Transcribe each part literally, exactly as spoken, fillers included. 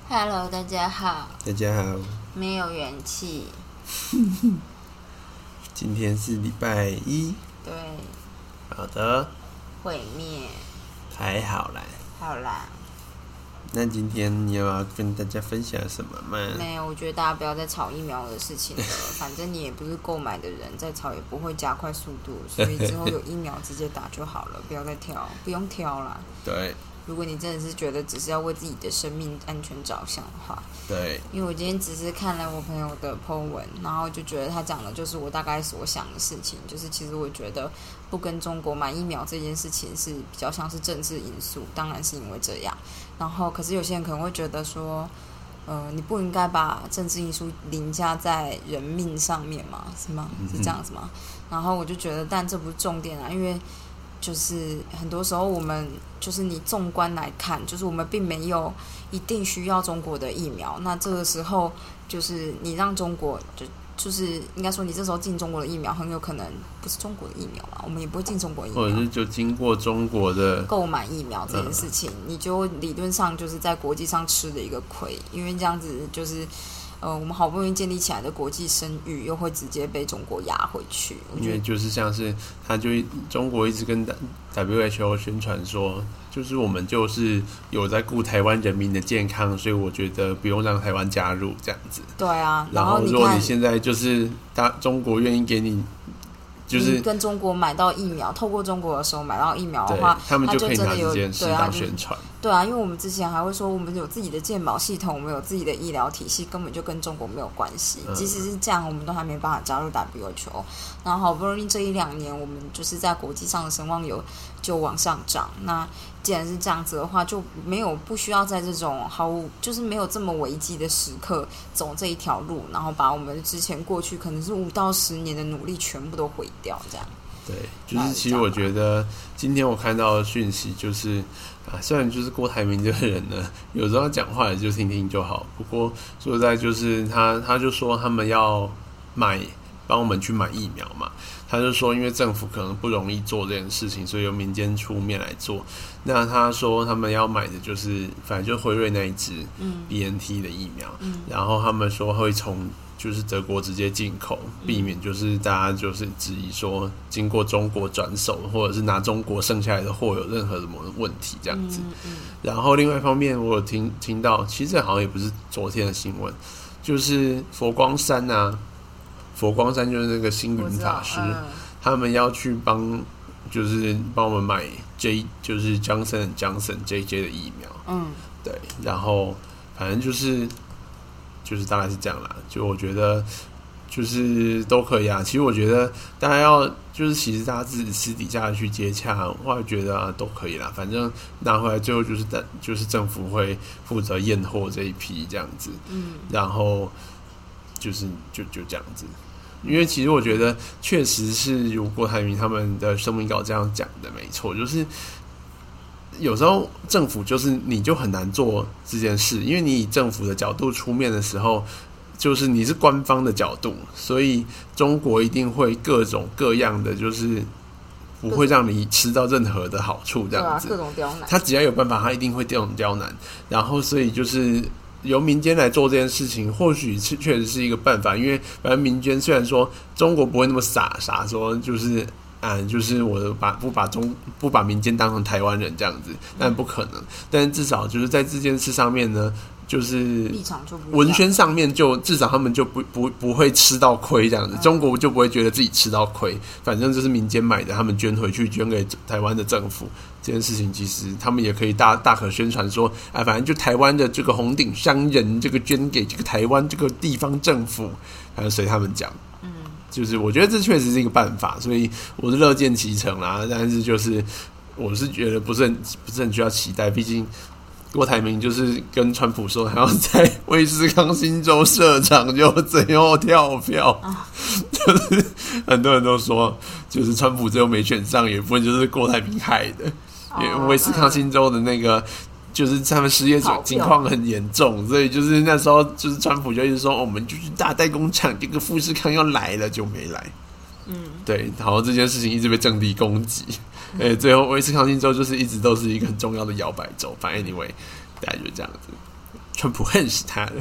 Hello， 大家好。 大家好。 没有元气。 今天是礼拜一。 对。 好的。 毁灭。 还好啦。 好啦。 那今天你要跟大家分享什么吗？ 没有，我觉得大家不要再吵疫苗的事情了。反正你也不是购买的人，再吵也不会加快速度，所以之后有疫苗直接打就好了，不要再挑，不用挑啦。 对。 如果你真的是觉得只是要为自己的生命安全着想的话， 对， 因为我今天只是看了我朋友的 po 文，然后就觉得他讲的就是我大概所想的事情，就是其实我觉得不跟中国买疫苗这件事情是比较像是政治因素，当然是因为这样。然后可是有些人可能会觉得说，呃，你不应该把政治因素凌驾在人命上面嘛，是吗？是这样子吗？嗯、然后我就觉得，但这不是重点啊，因为。就是很多时候我们就是你纵观来看，就是我们并没有一定需要中国的疫苗，那这个时候就是你让中国就就是应该说你这时候进中国的疫苗很有可能不是中国的疫苗嘛，我们也不会进中国疫苗， 或者是就经过中国的购买疫苗这件事情、嗯、你就理论上就是在国际上吃了一个亏，因为这样子就是呃，我们好不容易建立起来的国际声誉，又会直接被中国压回去。 因为就是像是，他就中国一直跟 W H O 宣传说，就是我们就是有在顾台湾人民的健康，所以我觉得不用让台湾加入这样子。 对啊， 然后如果你现在就是大中国愿意给你。就是你跟中国买到疫苗，透过中国的时候买到疫苗的话， 他们就可以拿这件事当宣传。 对啊，因为我们之前还会说我们有自己的健保系统，我们有自己的医疗体系，根本就跟中国没有关系。嗯、即使是这样，我们都还没办法加入 W H O。然后好不容易这一两年，我们就是在国际上的声望有就往上涨。那既然是这样子的话，就没有不需要在这种毫无就是没有这么危机的时刻走这一条路，然后把我们之前过去可能是五到十年的努力全部都毁掉，这样。 对，就是其实我觉得今天我看到的讯息就是啊，虽然就是郭台铭这个人呢，有时候他讲话也就听听就好，不过说实在就是他他就说他们要买帮我们去买疫苗嘛。他就说，因为政府可能不容易做这件事情，所以由民间出面来做。那他说他们要买的就是，反正就是辉瑞那一支 B N T 的疫苗，嗯、然后他们说会从就是德国直接进口，避免就是大家就是质疑说经过中国转手，或者是拿中国剩下来的货有任何什么问题这样子。嗯嗯、然后另外一方面，我有听听到，其实好像也不是昨天的新闻，就是佛光山啊。佛光山就是那个星云法师，嗯、他们要去帮，就是帮我们买 J， 就是 Johnson and Johnson J J 的疫苗。嗯，对，然后反正就是就是大概是这样啦。就我觉得就是都可以啊。其实我觉得大家要就是其实大家自己私底下去接洽，我觉得、啊、都可以啦。反正拿回来最后就是就是政府会负责验货这一批这样子。嗯，然后就是就就这样子。因为其实我觉得确实是如郭台铭他们的声明稿这样讲的没错，就是有时候政府就是你就很难做这件事，因为你以政府的角度出面的时候，就是你是官方的角度，所以中国一定会各种各样的就是不会让你吃到任何的好处这样子， 各种刁难， 他只要有办法他一定会各种刁难，然后所以就是由民间来做这件事情，或许确实是一个办法。因为反正民间虽然说中国不会那么傻傻说就是啊，就是我把不把中不把民间当成台湾人这样子，但不可能。但是至少就是在这件事上面呢，就是立场就不文宣上面就至少他们就不不不会吃到亏这样子，中国就不会觉得自己吃到亏，反正就是民间买的，他们捐回去捐给台湾的政府。这件事情其实他们也可以大大可宣传说，啊，反正就台湾的这个红顶商人，这个捐给这个台湾这个地方政府，反正随他们讲。嗯，就是我觉得这确实是一个办法，所以我是乐见其成啦。但是就是我是觉得不是很不是很需要期待，毕竟郭台铭就是跟川普说，他要在威斯康星州设厂，就最后跳票。啊、就是很多人都说，就是川普最后没选上，有一部分就是郭台铭害的。因为威斯康星州的那个就是他们失业情况很严重，所以就是那时候就是川普就一直说、哦、我们就是大代工厂，这个富士康要来了就没来。嗯，对，然后这件事情一直被政敌攻击，哎、嗯，最后威斯康星州就是一直都是一个很重要的摇摆州。反正 anyway， 大概就是这样子。 川普恨死他了。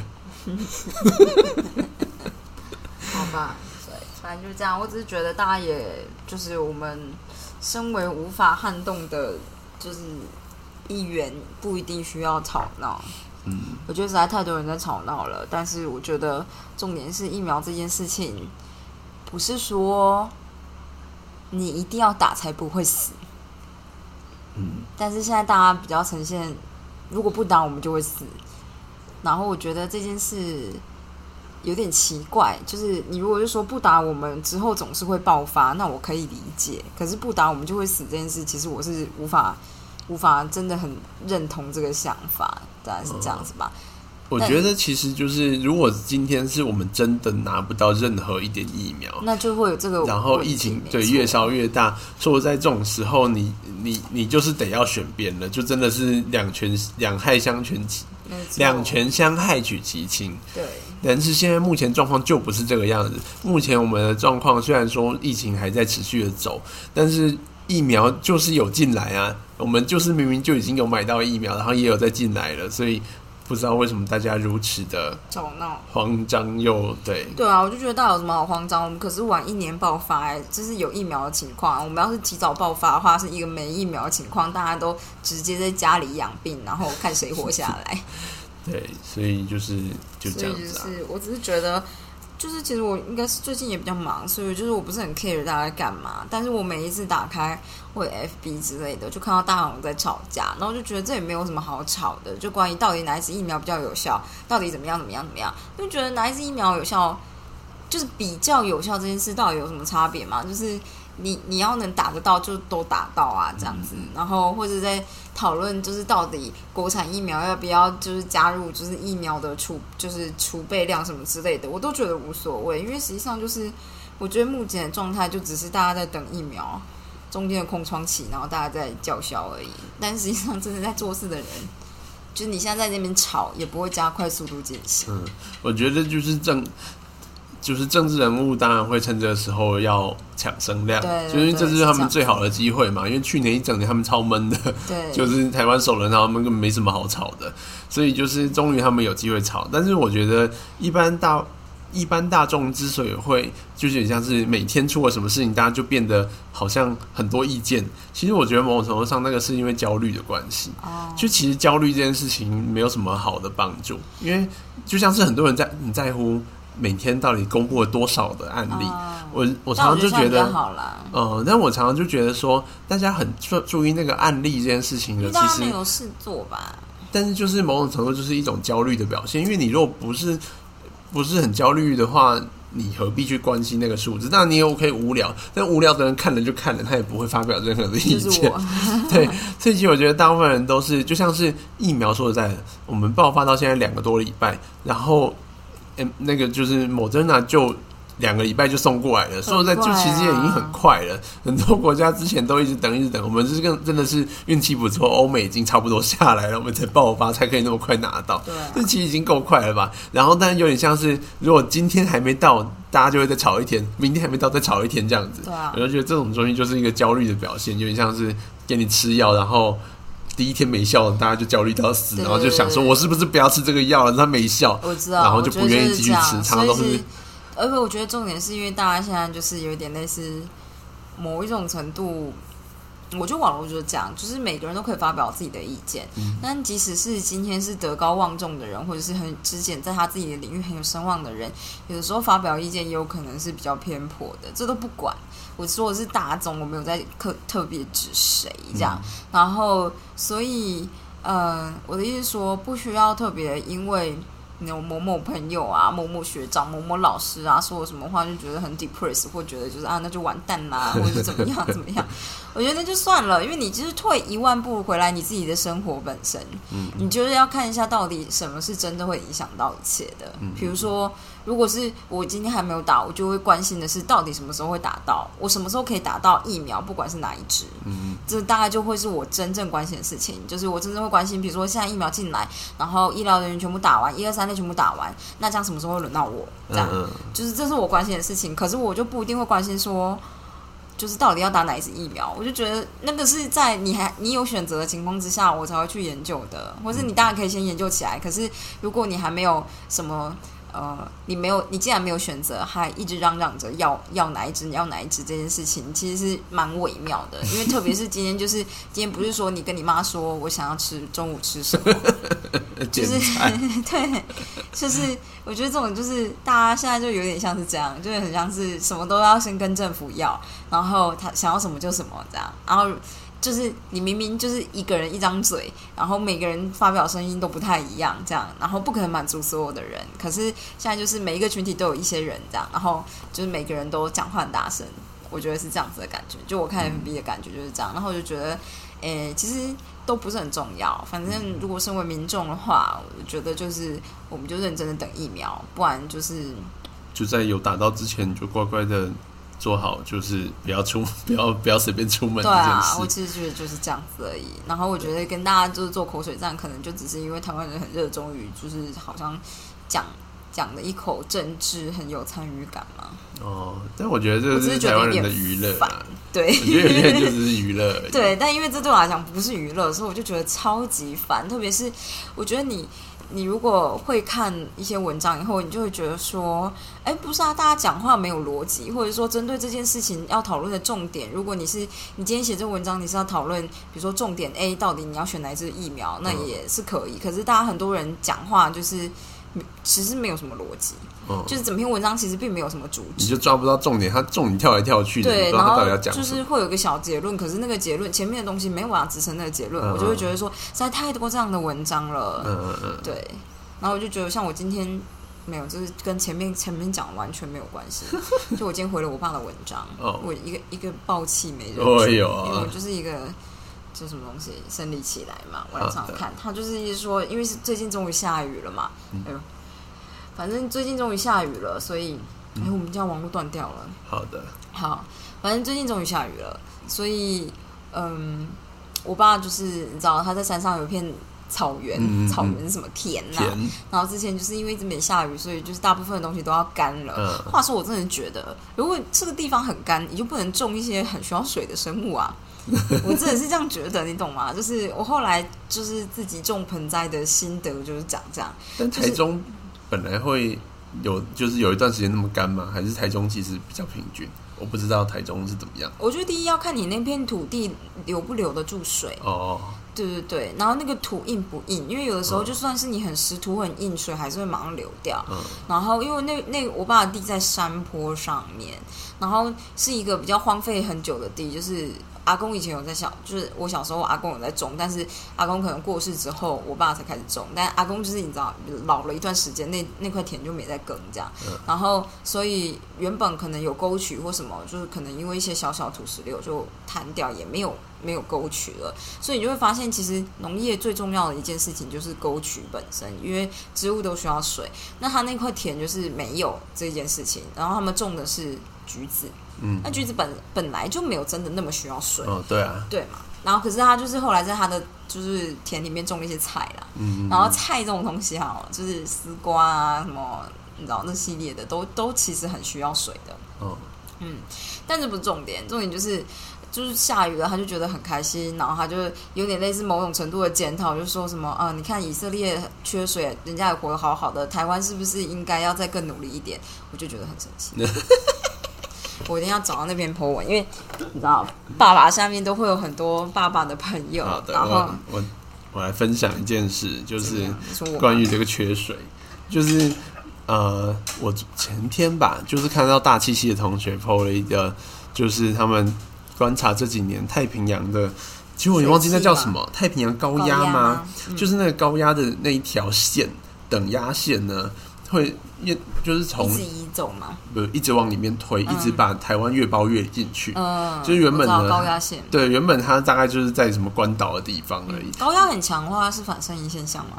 好吧，对，反正就这样。我只是觉得大家也就是我们身为无法撼动的，就是议员，不一定需要吵闹。 嗯， 我觉得实在太多人在吵闹了。但是我觉得重点是疫苗这件事情，不是说你一定要打才不会死。 嗯， 但是现在大家比较呈现，如果不打我们就会死。然后我觉得这件事有点奇怪，就是你如果是说不打我们之后总是会爆发，那我可以理解。可是不打我们就会死这件事，其实我是无法无法真的很认同这个想法，大概是这样子吧。嗯， 我觉得其实就是，如果今天是我们真的拿不到任何一点疫苗， 那就会有这个， 然后疫情对越烧越大，说在这种时候你，你你你就是得要选边了，就真的是两全两害相权取，两全相害取其轻。 对， 但是现在目前状况就不是这个样子。目前我们的状况虽然说疫情还在持续的走，但是疫苗就是有进来啊，我们就是明明就已经有买到疫苗，然后也有在进来了，所以不知道为什么大家如此的吵闹、 慌张又对对啊，我就觉得大家有什么好慌张？我们可是晚一年爆发、欸，这是有疫苗的情况。我们要是提早爆发的话，是一个没疫苗的情况，大家都直接在家里养病，然后看谁活下来。 对，所以就是就这样子啊。 所以就是，我只是觉得，就是其实我应该是最近也比较忙，所以就是我不是很 care 大家在干嘛。但是我每一次打开或者 F B 之类的，就看到大家在吵架，然后就觉得这也没有什么好吵的。就关于到底哪一支疫苗比较有效，到底怎么样怎么样怎么样，就觉得哪一支疫苗有效，就是比较有效这件事到底有什么差别吗？就是你你要能打得到就都打到啊，这样子。然后或者在讨论就是到底国产疫苗要不要就是加入就是疫苗的储就是储备量什么之类的，我都觉得无所谓，因为实际上就是我觉得目前的状态就只是大家在等疫苗中间的空窗期，然后大家在叫嚣而已。但实际上真的在做事的人，就是你现在在那边吵，也不会加快速度进行。 嗯，我觉得就是正。就是政治人物当然会趁这个时候要抢声量， 对对对， 就是这是他们最好的机会嘛。因为去年一整年他们超闷的， 对， 就是台湾首轮他们根本没什么好吵的，所以就是终于他们有机会吵。但是我觉得一般大一般大众之所以会就是有点像是每天出了什么事情，大家就变得好像很多意见。其实我觉得某种程度上，那个是因为焦虑的关系。哦，就其实焦虑这件事情没有什么好的帮助，因为就像是很多人在很在乎。每天到底公布了多少的案例？哦、我我常常就觉得，嗯，但我常常就觉得说，大家很注意那个案例这件事情的，其实没有事做吧。 但是就是某种程度就是一种焦虑的表现，因为你如果不是不是很焦虑的话，你何必去关心那个数字？当然你也可以无聊，但无聊的人看了就看了，他也不会发表任何的意见。对，所以其实我觉得大部分人都是，就像是疫苗说实在的，我们爆发到现在两个多礼拜，然后。那个就是莫德纳就两个礼拜就送过来了，说实在就其实也已经很快了。很多国家之前都一直等一直等，我们是更真的是运气不错，欧美已经差不多下来了，我们才爆发才可以那么快拿到。 对、啊， 这其实已经够快了吧？然后但有点像是，如果今天还没到，大家就会再吵一天；明天还没到，再吵一天这样子。 对啊， 我就觉得这种东西就是一个焦虑的表现，有点像是给你吃药，然后。第一天没效，大家就焦虑到死，然后就想说，我是不是不要吃这个药了？它没效， 我知道， 然后就不愿意继续吃，常常都是。 而且我觉得重点是因为大家现在就是有点类似某一种程度，我觉得网络就是这样，就是每个人都可以发表自己的意见。嗯、但即使是今天是德高望重的人，或者是很之前在他自己的领域很有声望的人，有的时候发表意见也有可能是比较偏颇的，这都不管。我说的是大众，我没有在特特别指谁这样，嗯、然后所以呃，我的意思是说，不需要特别因为有某某朋友啊、某某学长、某某老师啊说了什么话，就觉得很 depressed， 或觉得就是啊那就完蛋啦，或者是怎么样怎么样。我觉得那就算了，因为你就是退一万步回来，你自己的生活本身，嗯、你就是要看一下到底什么是真的会影响到一切的。嗯、比如说，如果是我今天还没有打，我就会关心的是到底什么时候会打到，我什么时候可以打到疫苗，不管是哪一支。嗯、这大概就会是我真正关心的事情，就是我真正会关心，比如说现在疫苗进来，然后医疗人员全部打完，一二三类全部打完，那这样什么时候会轮到我？这样，嗯、就是这是我关心的事情。可是我就不一定会关心说。 就是到底要打哪一支疫苗，我就觉得那个是在你还你有选择的情况之下，我才会去研究的，或是你当然可以先研究起来。可是如果你还没有什么呃，你没有，你既然没有选择，还一直嚷嚷着要要哪一支，要哪一支这件事情，其实是蛮微妙的。因为特别是今天，就是今天不是说你跟你妈说我想要吃中午吃什么，就是对，就是我觉得这种就是大家现在就有点像是这样，就是很像是什么都要先跟政府要，然后他想要什么就什么这样，然后。就是你明明就是一个人一张嘴，然后每个人发表声音都不太一样，这样，然后不可能满足所有的人。可是现在就是每一个群体都有一些人这样，然后就是每个人都讲话很大声，我觉得是这样子的感觉。就我看 F B 的感觉就是这样，然后我就觉得，诶，其实都不是很重要。反正如果身为民众的话，我觉得就是我们就认真的等疫苗，不然就是就在有打到之前就乖乖的。做好就是不要出，不要不要随便出门这件事。对啊，我其实觉得就是这样子而已。然后我觉得跟大家就是做口水战，可能就只是因为台湾人很热衷于，就是好像讲讲的一口政治，很有参与感嘛。 哦，但我觉得这是台湾人的娱乐啦。 对， 我觉得有些人就只是娱乐而已。 对，但因为这对我来讲不是娱乐，所以我就觉得超级烦。特别是我觉得你。你如果会看一些文章以后，你就会觉得说，哎，不是啊，大家讲话没有逻辑，或者说针对这件事情要讨论的重点，如果你是你今天写这文章，你是要讨论，比如说重点 A 到底你要选哪一支疫苗，那也是可以。可是大家很多人讲话就是其实没有什么逻辑。嗯、就是整篇文章其实并没有什么主旨， 你就抓不到重点，他重点跳来跳去的， 对， 你不知道他到底要讲什么。 就是会有一个小结论，可是那个结论前面的东西没有办法支撑那个结论，嗯、我就会觉得说，实在太多这样的文章了。嗯嗯嗯，对。然后我就觉得，像我今天没有，就是跟前面前面讲完全没有关系。就我今天回了我爸的文章，哦、我一个一个爆气没忍住， 哦有啊、 因为我就是一个。就什么东西生理起来嘛，晚上看他就是说，因为是最近终于下雨了嘛，嗯、哎呦，反正最近终于下雨了，所以哎、嗯，我们家网络断掉了。 好的， 好，反正最近终于下雨了，所以嗯，我爸就是你知道他在山上有一片草原，嗯、草原是什么田呐、啊？然后之前就是因为一直没下雨，所以就是大部分的东西都要干了。嗯、话说我真的觉得，如果这个地方很干，你就不能种一些很需要水的生物啊。我真的是这样觉得，你懂吗？就是我后来就是自己种盆栽的心得就是讲这样。 但台中本来会有，就是有一段时间那么干吗？还是台中其实比较平均？我不知道台中是怎么样。 我觉得第一要看你那片土地留不留得住水哦。对对对，然后那个土硬不硬？因为有的时候就算是你很湿土很硬，水还是会马上流掉。嗯、然后因为那那我爸的地在山坡上面，然后是一个比较荒废很久的地，就是。阿公以前有在小，就是我小时候阿公有在种，但是阿公可能过世之后，我爸才开始种。但阿公就是你知道老了一段时间，那那块田就没再耕这样。嗯、然后所以原本可能有沟渠或什么，就是可能因为一些小小土石流就弹掉，也没有没有沟渠了。所以你就会发现，其实农业最重要的一件事情就是沟渠本身，因为植物都需要水。那他那块田就是没有这件事情，然后他们种的是橘子。嗯，那橘子本本来就没有真的那么需要水， 哦，对啊， 对嘛。然后可是他就是后来在他的就是田里面种了一些菜啦，嗯，然后菜这种东西哈，就是丝瓜啊什么，你知道那系列的都都其实很需要水的，哦，嗯，但这不是重点，重点就是就是下雨了，他就觉得很开心，然后他就有点类似某种程度的检讨，就说什么啊，你看以色列缺水，人家也活得好好的，台湾是不是应该要再更努力一点？我就觉得很生气。我一定要找到那篇 po 文，因为你知道，爸爸下面都会有很多爸爸的朋友。 好的， 然后我我我来分享一件事，就是关于这个缺水，就是呃，我前天吧，就是看到大气系的同学 po 了一个，就是他们观察这几年太平洋的，其实我也忘记那叫什么，太平洋高压吗？吗嗯、就是那个高压的那一条线，等压线呢。会就是从一直移走嘛， 不一直往里面推，嗯、一直把台湾越包越进去。嗯，就是原本的高压线， 对，原本它大概就是在什么关岛的地方而已。 嗯、高压很强的话是反声音现象吗？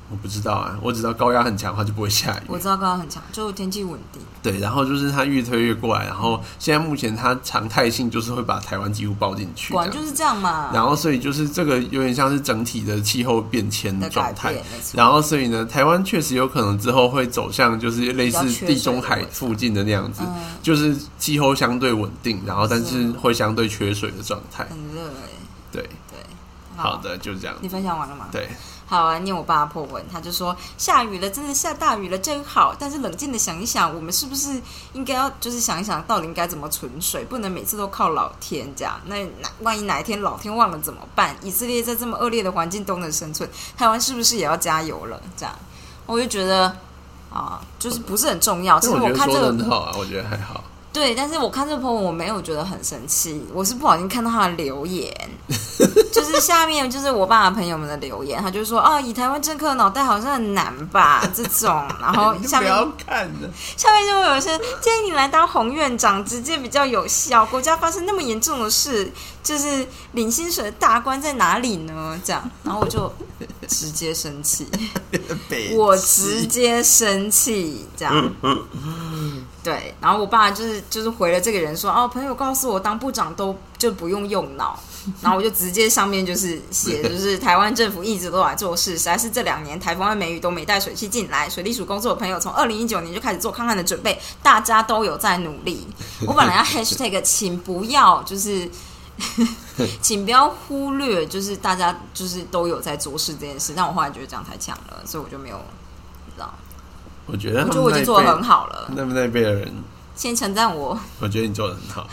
我不知道啊，我只知道高压很强，它就不会下雨。 我知道高压很强，就天气稳定。 对，然后就是它越推越过来，然后现在目前它常态性就是会把台湾几乎包进去， 果然就是这样嘛。 然后所以就是这个有点像是整体的气候变迁的状态。 然后所以呢，台湾确实有可能之后会走向就是类似地中海附近的那样子，嗯、就是气候相对稳定，然后但是会相对缺水的状态。 很热哎、欸。 对对，好的，就这样。 你分享完了吗？ 对。 好啊，念我爸的破文，他就说下雨了，真的下大雨了，真好。但是冷静的想一想，我们是不是应该要就是想一想，到底应该怎么存水，不能每次都靠老天这样。那万一哪一天老天忘了怎么办？以色列在这么恶劣的环境都能生存，台湾是不是也要加油了？这样，我就觉得啊，就是不是很重要。其实我看这个很好啊，我觉得还好。 对，但是我看这个 po 文我没有觉得很生气，我是不小心看到他的留言，就是下面就是我爸的朋友们的留言，他就说啊，以台湾政客脑袋好像很难吧这种，然后下面不要看了， 下面就会有些建议你来当洪院长，直接比较有效。国家发生那么严重的事，就是领薪水的大官在哪里呢？这样，然后我就直接生气，我直接生气，这样。对，然后我爸就是就是回了这个人说，哦，朋友告诉我当部长都就不用用脑，然后我就直接上面就是写，就是台湾政府一直都来做事，实在是这两年台风和梅雨都没带水汽进来，水利署工作的朋友从二零一九年就开始做抗旱的准备，大家都有在努力。我本来要 hashtag 请不要就是请不要忽略，就是大家就是都有在做事这件事，但我后来觉得这样太强了，所以我就没有，你知道。 我觉得他们我觉得我已经做得很好了。 那么那辈的人， 先称赞我。 我觉得你做得很好。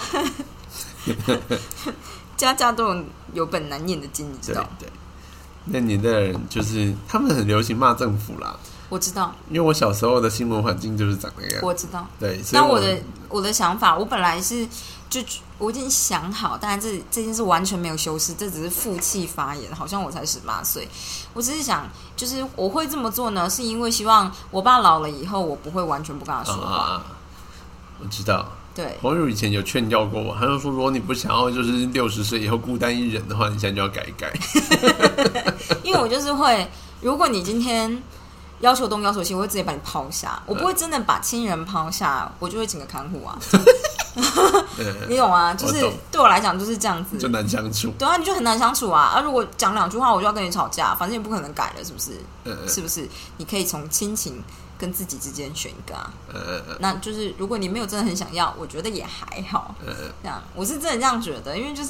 家家都有有本难念的经，你知道？ 对对。那年代的人就是他们很流行骂政府啦。 我知道， 因为我小时候的新闻环境就是长那样。 我知道。 对，所以我, 我的我的想法，我本来是就我已经想好，当然这这件事完全没有修饰，这只是负气发言，好像我才十八岁。我只是想，就是我会这么做呢，是因为希望我爸老了以后，我不会完全不跟他说话。啊、 我知道。 对， 黄儒以前有劝教过我，他就说，如果你不想要就是六十岁以后孤单一人的话，你现在就要改一改。 因为我就是会，如果你今天要求东要求西，我会直接把你抛下，我不会真的把亲人抛下，我就会请个看护啊。你懂吗？就是对我来讲就是这样子， 就难相处。 对啊，你就很难相处啊！啊，如果讲两句话我就要跟你吵架，反正也不可能改了，是不是？嗯嗯是不是？你可以从亲情跟自己之间选一个啊。嗯嗯那就是如果你没有真的很想要，我觉得也还好。嗯嗯这样，我是真的这样觉得，因为就是。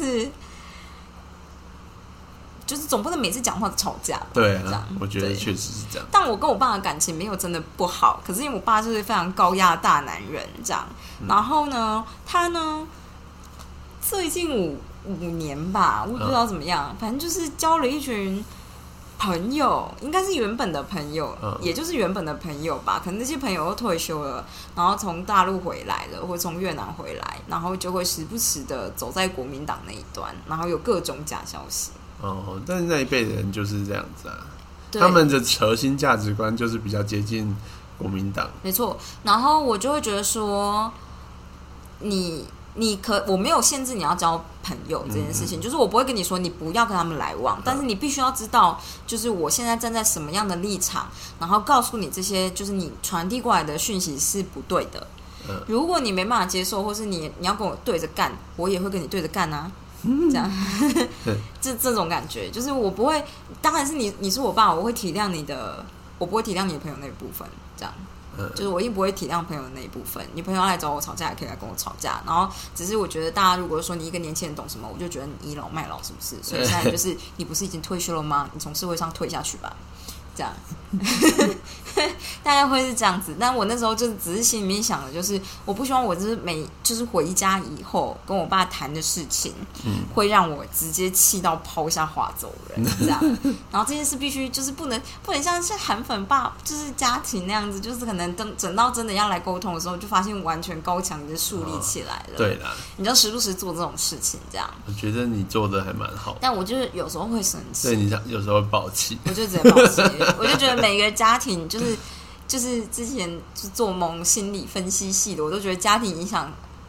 就是总不能每次讲话都吵架吧？ 对啊，我觉得确实是这样。 但我跟我爸的感情没有真的不好，可是因为我爸就是非常高压的大男人这样。嗯、然后呢，他呢最近五五年吧，我也不知道怎么样，嗯、反正就是交了一群朋友，应该是原本的朋友，嗯、也就是原本的朋友吧。可能那些朋友都退休了，然后从大陆回来了，或从越南回来，然后就会时不时的走在国民党那一端，然后有各种假消息。 哦，但是那一辈的人就是这样子啊，他们的核心价值观就是比较接近国民党， 没错。然后我就会觉得说，你你可我没有限制你要交朋友这件事情，嗯、就是我不会跟你说你不要跟他们来往，嗯、但是你必须要知道，就是我现在站在什么样的立场，然后告诉你这些，就是你传递过来的讯息是不对的。嗯、如果你没办法接受，或是你你要跟我对着干，我也会跟你对着干啊。这样，这这种感觉就是我不会，当然是你你是我爸，我会体谅你的，我不会体谅你的朋友那一部分，这样，嗯、就是我一定不会体谅朋友的那一部分。你朋友要来找我吵架，也可以来跟我吵架，然后只是我觉得大家如果说你一个年轻人懂什么，我就觉得你倚老卖老，是不是？所以现在就是你不是已经退休了吗？你从社会上退下去吧。这样大概会是这样子，但我那时候就只是心里面想的，就是我不希望我就是每就是回家以后跟我爸谈的事情，嗯、会让我直接气到抛下话走人这样。然后这件事必须就是不能不能像是韩粉爸就是家庭那样子，就是可能等等到真的要来沟通的时候，就发现完全高墙就树立起来了。哦、 对啦， 你就时不时做这种事情，这样。 我觉得你做的还蛮好， 但我就是有时候会生气， 对，你有时候会爆气， 我就直接爆气。我就觉得每个家庭就是就是之前就做梦心理分析系的，我都觉得家庭影响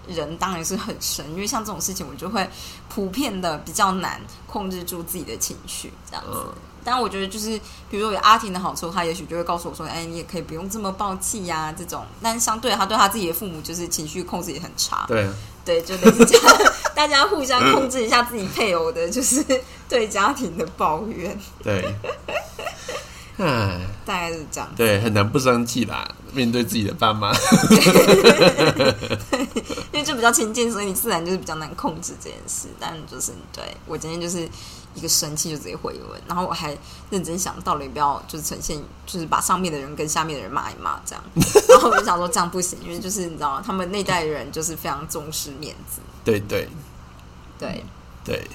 人当然是很深，因为像这种事情，我就会普遍的比较难控制住自己的情绪，这样子。嗯，但我觉得就是，比如说有阿婷的好处，他也许就会告诉我说：“哎，你也可以不用这么暴气呀、啊。”这种，但相对他对他自己的父母，就是情绪控制也很差。 对， 对，就类似这样，大家互相控制一下自己配偶的，就是对家庭的抱怨。 对，唉， 大概是这样。 对，很难不生气啦，面对自己的爸妈。 对，因为就比较亲近，所以你自然就是比较难控制这件事。但就是对我今天就是一个生气就直接回文，然后我还认真想到底不要就是呈现，就是把上面的人跟下面的人骂一骂这样。然后我就想说这样不行，因为就是你知道，他们那代人就是非常重视面子。 对对对对。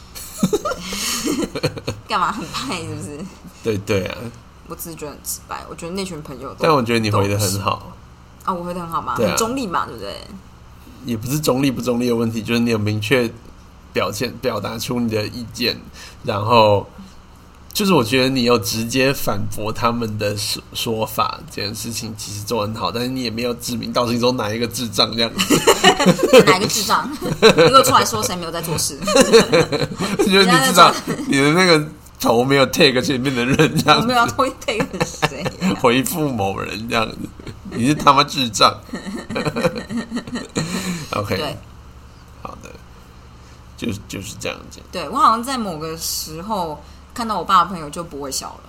干嘛很派是不是？ 对对啊， 我只是觉得很直白。我觉得那群朋友都， 但我觉得你回得很好啊，我回得很好嘛， 对啊， 很中立嘛，对不对？ 也不是中立不中立的问题，就是你有明确表现表达出你的意见，然后就是我觉得你有直接反驳他们的说说法，这件事情其实做得很好，但是你也没有指名道姓说哪一个智障这样子。 哪一个智障？你给我出来说谁没有在做事？ 就是你知道你的那个头没有 take 前面的人这样子， 我没有要推 take 谁、啊？ 回复某人这样子，你是他妈智障。OK， 对， 好的，就就是这样子。 对，我好像在某个时候看到我爸的朋友就不会笑了。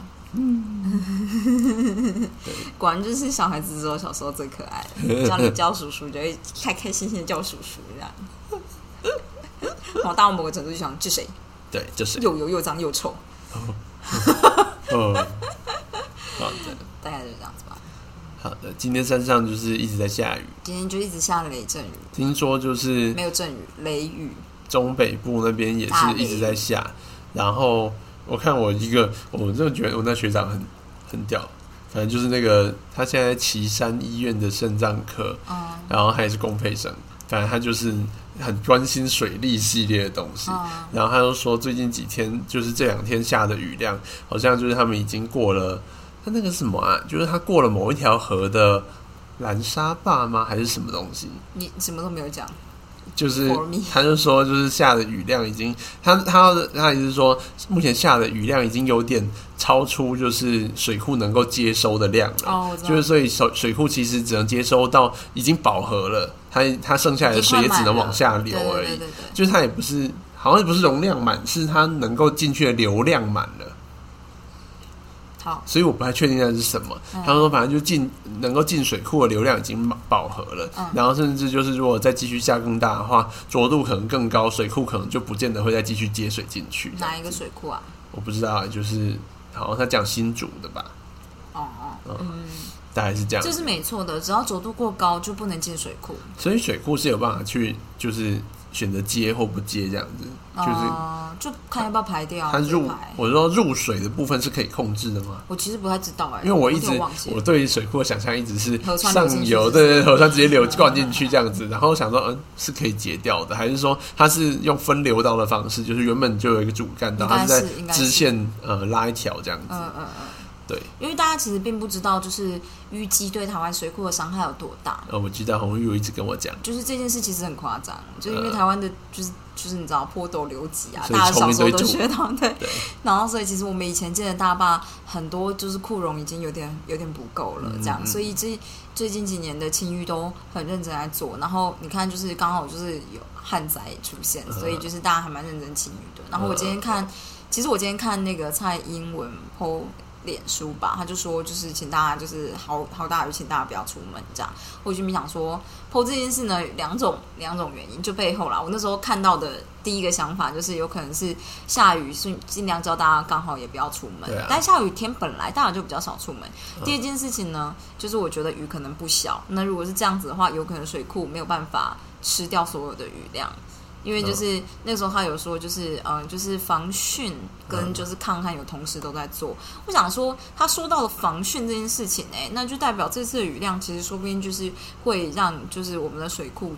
嗯，果然就是小孩子只有小时候最可爱的，叫你叫叔叔就会开开心心的叫叔叔这样。我到某个程度就想，这谁？ 对，就是又油又脏又臭。 哦，好的， 大概就是这样子吧。 好的，今天山上就是一直在下雨， 今天就一直下雷阵雨。 听说就是没有阵雨，雷雨。 中北部那边也是一直在下，然后我看我一个，我真的觉得我那学长很很屌，反正就是那个他现在旗山医院的肾脏科，嗯，然后还是公费生，反正他就是很关心水利系列的东西，嗯，然后他就说最近几天就是这两天下的雨量，好像就是他们已经过了，他那个是什么啊？就是他过了某一条河的拦沙坝吗？还是什么东西？ 你什么都没有讲。 就是他就说，就是下的雨量已经，他他他意思是说，目前下的雨量已经有点超出就是水库能够接收的量了。哦，就是所以水水库其实只能接收到已经饱和了，它它剩下来的水也只能往下流而已。对对对对对，就是它也不是好像也不是容量满，是它能够进去的流量满了。 好， 所以我不太确定那是什么。嗯，他说，反正就进能够进水库的流量已经饱和了，嗯，然后甚至就是如果再继续下更大的话，浊度可能更高，水库可能就不见得会再继续接水进去。 哪一个水库啊？ 我不知道，就是好像他讲新竹的吧。 哦哦，嗯， 大概是这样。 这是没错的，只要浊度过高就不能进水库。 所以水库是有办法去，就是选择接或不接这样子，就是。 呃就看要不要排掉。 它入，我说入水的部分是可以控制的吗？ 我其实不太知道哎、欸， 因为我一直 我, 我对水库的想象一直是上游，对对，河川直接流灌进去这样子，然后想说，嗯，是可以截掉的，还是说它是用分流道的方式，就是原本就有一个主干道，它是在支线呃拉一条这样子，嗯嗯嗯。对， 因为大家其实并不知道，就是淤积对台湾水库的伤害有多大。 呃，我记得洪玉一直跟我讲， 就是这件事其实很夸张，就是因为台湾的，就是就是你知道坡斗流急啊，大家小时候都学到，对。对，然后所以其实我们以前建的大坝很多就是库容已经有点有点不够了，这样，嗯、所以这最近几年的清淤都很认真来做。然后你看，就是刚好就是有旱灾出现，所以就是大家还蛮认真清淤的。然后我今天看，其实我今天看那个蔡英文 po。脸书吧，他就说就是请大家就是好好大雨，请大家不要出门这样。我就没想说 po 这件事呢，两种两种原因，就背后啦。我那时候看到的第一个想法就是有可能是下雨，是尽量叫大家刚好也不要出门。啊、但下雨天本来大家就比较少出门。嗯、第二件事情呢，就是我觉得雨可能不小，那如果是这样子的话，有可能水库没有办法吃掉所有的雨量。因为就是那个时候他有说，就是嗯、呃，就是防汛跟就是抗旱有同时都在做。我想说，他说到了防汛这件事情，哎，那就代表这次的雨量其实说不定就是会让就是我们的水库都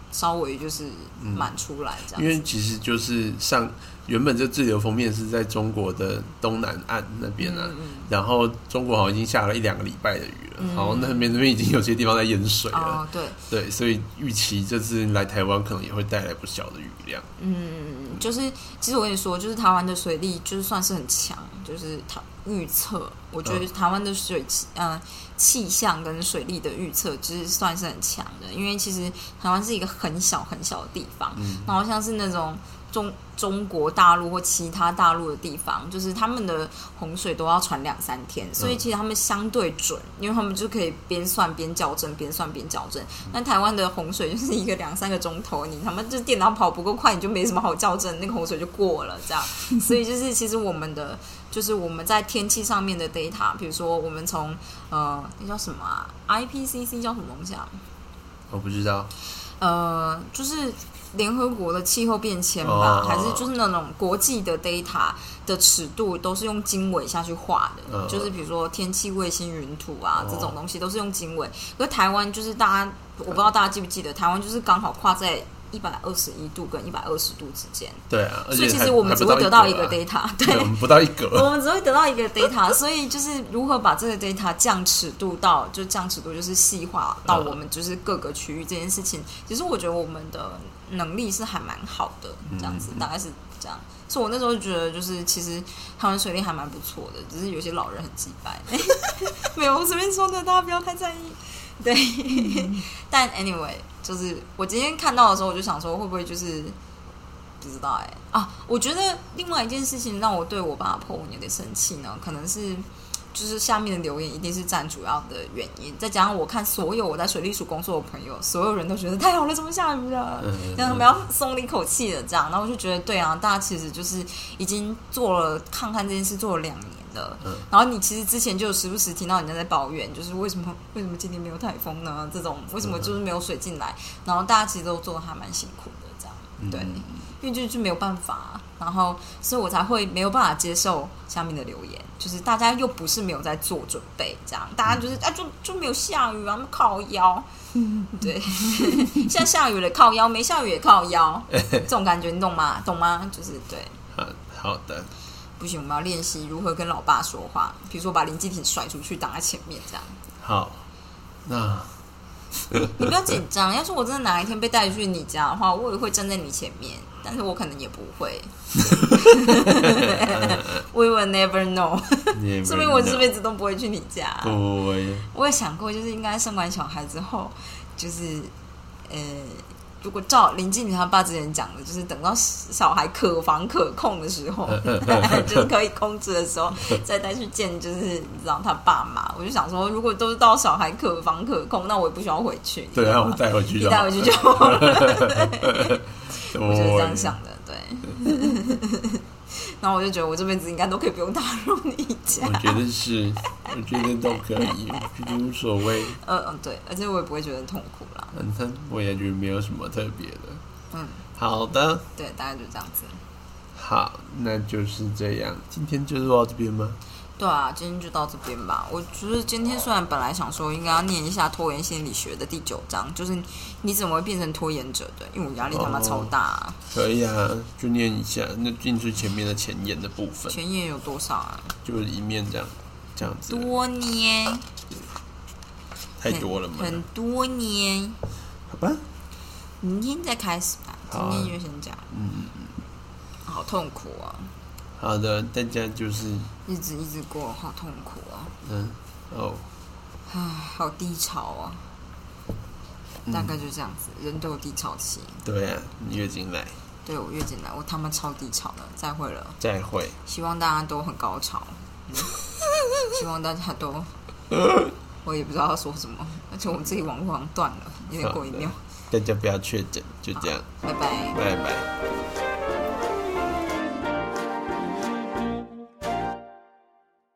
稍微就是满出来这样子、嗯。 因为其实就是上原本这滞留封面是在中国的东南岸那边啊、嗯嗯，然后中国好像已经下了一两个礼拜的雨了，然、嗯、后那边那边已经有些地方在淹水了。 哦、对对，所以预期这次来台湾可能也会带来不小的雨量。 嗯，就是其实我跟你说，就是台湾的水力就是算是很强，就是它预测，我觉得台湾的水气呃气象跟水力的预测就是算是很强的，因为其实台湾是一个很小很小的地方，嗯、然后像是那种中中国大陆或其他大陆的地方，就是他们的洪水都要传两三天，所以其实他们相对准，因为他们就可以边算边校正，边算边校正。但台湾的洪水就是一个两三个钟头，你他妈就电脑跑不够快，你就没什么好校正，那个洪水就过了这样。所以就是其实我们的就是我们在天气上面的 data， 比如说我们从呃那叫什么啊 I P C C 叫什么东西啊？ 我不知道。 呃，就是联合国的气候变迁吧， oh. 还是就是那种国际的 data 的尺度都是用经纬下去画的， oh. 就是比如说天气卫星云图啊、oh. 这种东西都是用经纬。可是台湾就是大家，我不知道大家记不记得，台湾就是刚好跨在一百二十一度跟一百二十度之间。 对啊， 所以其实我们只会得到一个 data， 对， 对，我们不到一格， 我们只会得到一个 data。所以就是如何把这个 data 降尺度到，就降尺度就是细化到我们就是各个区域这件事情，其实我觉得我们的能力是还蛮好的，这样子、嗯、大概是这样。所以我那时候就觉得，就是其实台湾水利还蛮不错的，只是有些老人很鸡掰。没有，我随便说的，大家不要太在意。对，嗯、但 anyway， 就是我今天看到的时候，我就想说，会不会就是不知道哎、欸、啊？我觉得另外一件事情让我对我爸破文有点生气呢，可能是就是下面的留言一定是占主要的原因，再加上我看所有我在水利署工作的朋友，所有人都觉得太好了，怎么下雨了，让他们要松了一口气了，这样，然后我就觉得对啊，大家其实就是已经做了抗旱这件事做了两年。然后你其实之前就有时不时听到人家在抱怨，就是为什么为什么今天没有台风呢？这种为什么就是没有水进来？然后大家其实都做得还蛮辛苦的，这样对，因为就就没有办法，然后所以我才会没有办法接受下面的留言，就是大家又不是没有在做准备，这样大家就是啊就就没有下雨啊，靠腰，对，现在下雨了靠腰，没下雨也靠腰，这种感觉你懂吗？懂吗？就是对， 好好的。 不行，我们要练习如何跟老爸说话，比如说把林继廷甩出去挡在前面这样。 好，那你不要紧张，要是我真的哪一天被带去你家的话，我也会站在你前面，但是我可能也不会。We will never know， 说明我这辈子都不会去你家。 不会。 我也想过，就是应该生完小孩之后，就是呃。如果照林继廷他爸之前讲的，就是等到小孩可防可控的时候，就是可以控制的时候，再带去见，就是你知道他爸妈。我就想说，如果都是到小孩可防可控，那我也不需要回去。 对啊，我带回去就好， 你带回去就好了。我就是这样想的，对。然后我就觉得我这辈子应该都可以不用踏入你家。 我觉得是，我觉得都可以，无所谓。 嗯嗯，对，而且我也不会觉得痛苦啦。 嗯，我也觉得没有什么特别的。 嗯， 好的。 对，大概就这样子。 好，那就是这样。今天就到这边吗？ 对啊，今天就到这边吧。我觉得今天虽然本来想说应该要念一下拖延心理学的第九章，就是你怎么会变成拖延者的，因为我压力他妈超大、啊哦。可以啊，就念一下，那进去前面的前言的部分。 前言有多少啊？ 就是一面这样，这样子。 多年。 太多了吗？ 很多年。 好吧。 明天再开始吧，今天就先讲。 嗯嗯嗯。 好痛苦啊。 好的，大家就是日子一直过，好痛苦啊！ 嗯，哦， 唉，好低潮啊！嗯、大概就这样子，人都有低潮期。 对啊，你月经来。 对，我月经来，我他妈超低潮的。再会了。 再会。 希望大家都很高潮。嗯、希望大家都，我也不知道要说什么，而且我们自己网络好像断了，有点过一秒。 大家不要确诊，就这样。 拜拜。 拜拜。